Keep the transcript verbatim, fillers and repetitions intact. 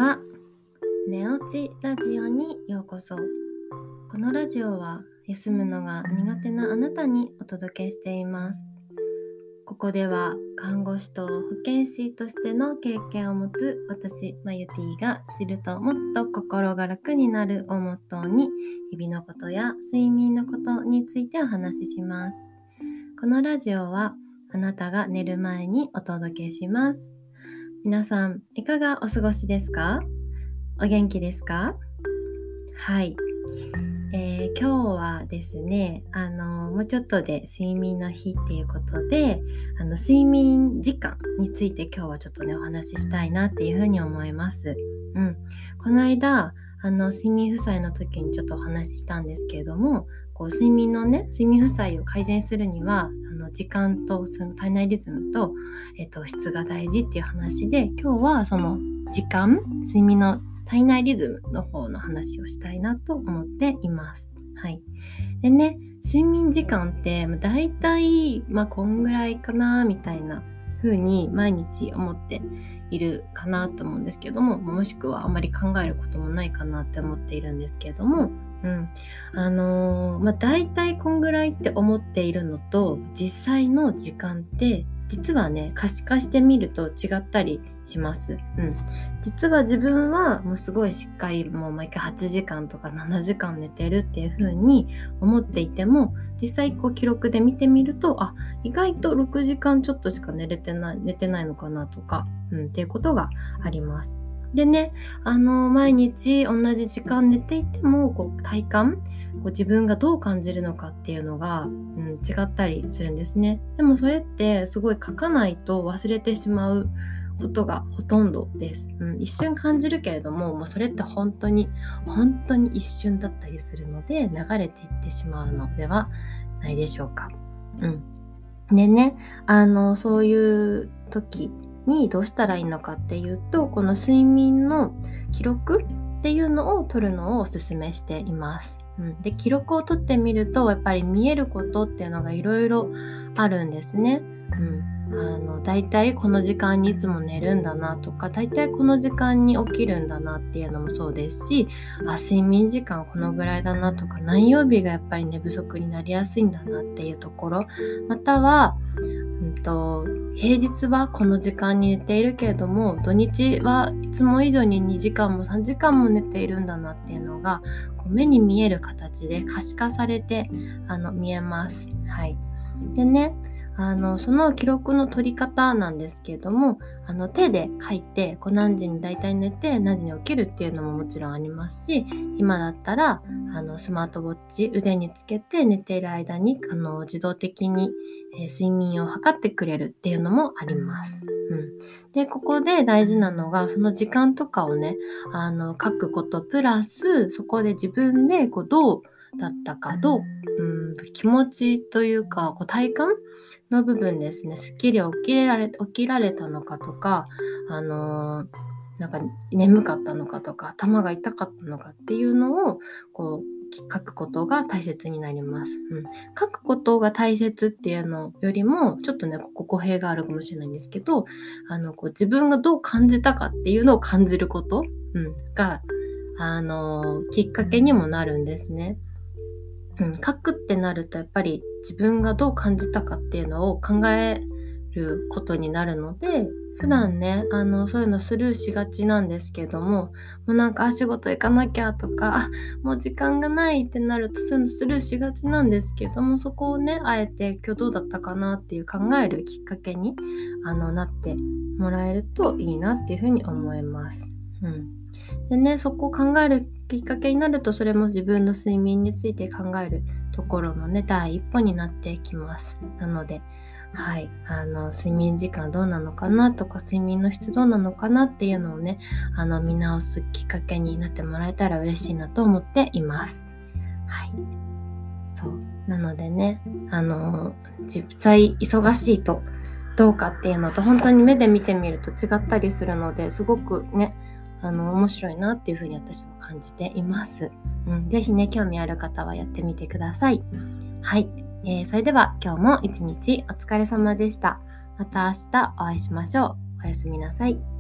は。寝落ちラジオにようこそ。このラジオは休むのが苦手なあなたにお届けしています。ここでは看護師と保健師としての経験を持つ私マユティが知るともっと心が楽になるをモットーに、日々のことや睡眠のことについてお話しします。このラジオはあなたが寝る前にお届けします。皆さんいかがお過ごしですか？お元気ですか？はい、えー、今日はですね、あのもうちょっとで睡眠の日っていうことで、あの睡眠時間について今日はちょっとねお話ししたいなっていうふうに思います。うん、この間あの睡眠負債の時にちょっとお話ししたんですけれども、こう睡眠のね睡眠負債を改善するにはあの時間とその体内リズムと、えっと、質が大事っていう話で、今日はその時間、睡眠の体内リズムの方の話をしたいなと思っています。はい。でね、睡眠時間ってだいたいまあこんぐらいかなみたいな風に毎日思っているかなと思うんですけども、もしくはあまり考えることもないかなって思っているんですけども、うん、あのー、まあだいたいこんぐらいって思っているのと実際の時間って実はね可視化してみると違ったりします。うん、実は自分はもうすごいしっかりもう毎回はちじかんとかななじかん寝てるっていう風に思っていても、実際こう記録で見てみると、あ、意外とろくじかんちょっとしか寝れてない寝てないのかなとか、うん、っていうことがあります。でね、あの毎日同じ時間寝ていてもこう体感、こう自分がどう感じるのかっていうのが、うん、違ったりするんですね。でもそれってすごい書かないと忘れてしまうことがほとんどです。うん、一瞬感じるけれども、もうそれって本当に本当に一瞬だったりするので、流れていってしまうのではないでしょうか。うん。でね、あのそういう時にどうしたらいいのかっていうと、この睡眠の記録っていうのを取るのをお勧めしています。うん、で記録を取ってみるとやっぱり見えることっていうのがいろいろあるんですね。うん、あのだいたいこの時間にいつも寝るんだなとか、だいたいこの時間に起きるんだなっていうのもそうですし、あ、睡眠時間このぐらいだなとか、何曜日がやっぱり寝不足になりやすいんだなっていうところ、または、うんと、平日はこの時間に寝ているけれども土日はいつも以上ににじかんもさんじかんも寝ているんだなっていうのがこう目に見える形で可視化されてあの見えます。はい。でね、あのその記録の取り方なんですけれども、あの手で書いてこう何時にだいたい寝て何時に起きるっていうのももちろんありますし、今だったらあのスマートウォッチ腕につけて寝ている間にあの自動的に、えー、睡眠を測ってくれるっていうのもあります。うん、でここで大事なのがその時間とかをねあの書くことプラス、そこで自分でこうどうだったか、どう、うん、気持ちというかこう体感の部分ですね、すっきり起きられ起きられたのかとか、あのー、なんか眠かったのかとか頭が痛かったのかっていうのをこう書くことが大切になります。うん、書くことが大切っていうのよりもちょっとねここ語弊があるかもしれないんですけど、あのこう自分がどう感じたかっていうのを感じること、うん、があのー、きっかけにもなるんですね。うん、書くってなるとやっぱり自分がどう感じたかっていうのを考えることになるので、普段ねあのそういうのスルーしがちなんですけども、もうなんかあ仕事行かなきゃとか、あもう時間がないってなるとそういうのスルーしがちなんですけども、そこをねあえて今日どうだったかなっていう考えるきっかけにあのなってもらえるといいなっていうふうに思います。うんでね、そこを考えるきっかけになると、それも自分の睡眠について考えるところのね第一歩になってきます。なので、はい、あの睡眠時間どうなのかなとか睡眠の質どうなのかなっていうのをねあの見直すきっかけになってもらえたら嬉しいなと思っています。はい、そうなのでね、あの実際忙しいとどうかっていうのと本当に目で見てみると違ったりするので、すごくねあの面白いなっていうふうに私は感じています。うん、ぜひね興味ある方はやってみてください。はい、えー、それでは今日も一日お疲れ様でした。また明日お会いしましょう。おやすみなさい。